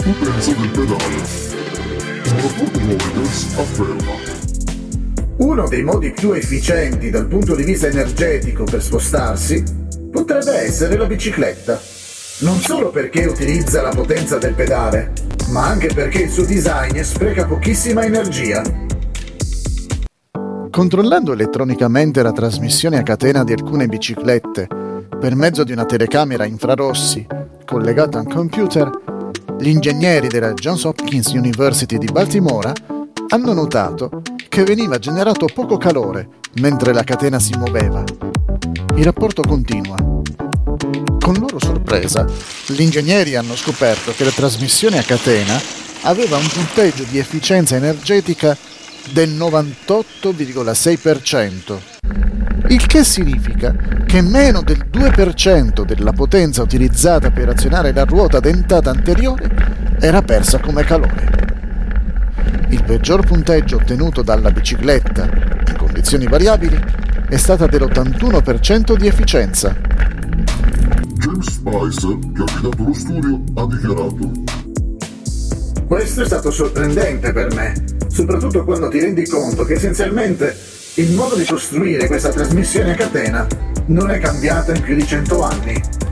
potenza del pedale. Un rapporto Mobiles afferma: uno dei modi più efficienti dal punto di vista energetico per spostarsi potrebbe essere la bicicletta. Non solo perché utilizza la potenza del pedale, ma anche perché il suo design spreca pochissima energia. Controllando elettronicamente la trasmissione a catena di alcune biciclette per mezzo di una telecamera infrarossi collegata a un computer, gli ingegneri della Johns Hopkins University di Baltimora hanno notato che veniva generato poco calore mentre la catena si muoveva. Il rapporto continua. Con loro sorpresa, gli ingegneri hanno scoperto che la trasmissione a catena aveva un punteggio di efficienza energetica del 98,6%, il che significa che meno del 2% della potenza utilizzata per azionare la ruota dentata anteriore era persa come calore. Il peggior punteggio ottenuto dalla bicicletta, in condizioni variabili, è stata dell'81% di efficienza. James Spicer, che ha guidato lo studio, ha dichiarato: Questo è stato sorprendente per me, soprattutto quando ti rendi conto che essenzialmente il modo di costruire questa trasmissione a catena non è cambiato in più di 100 anni.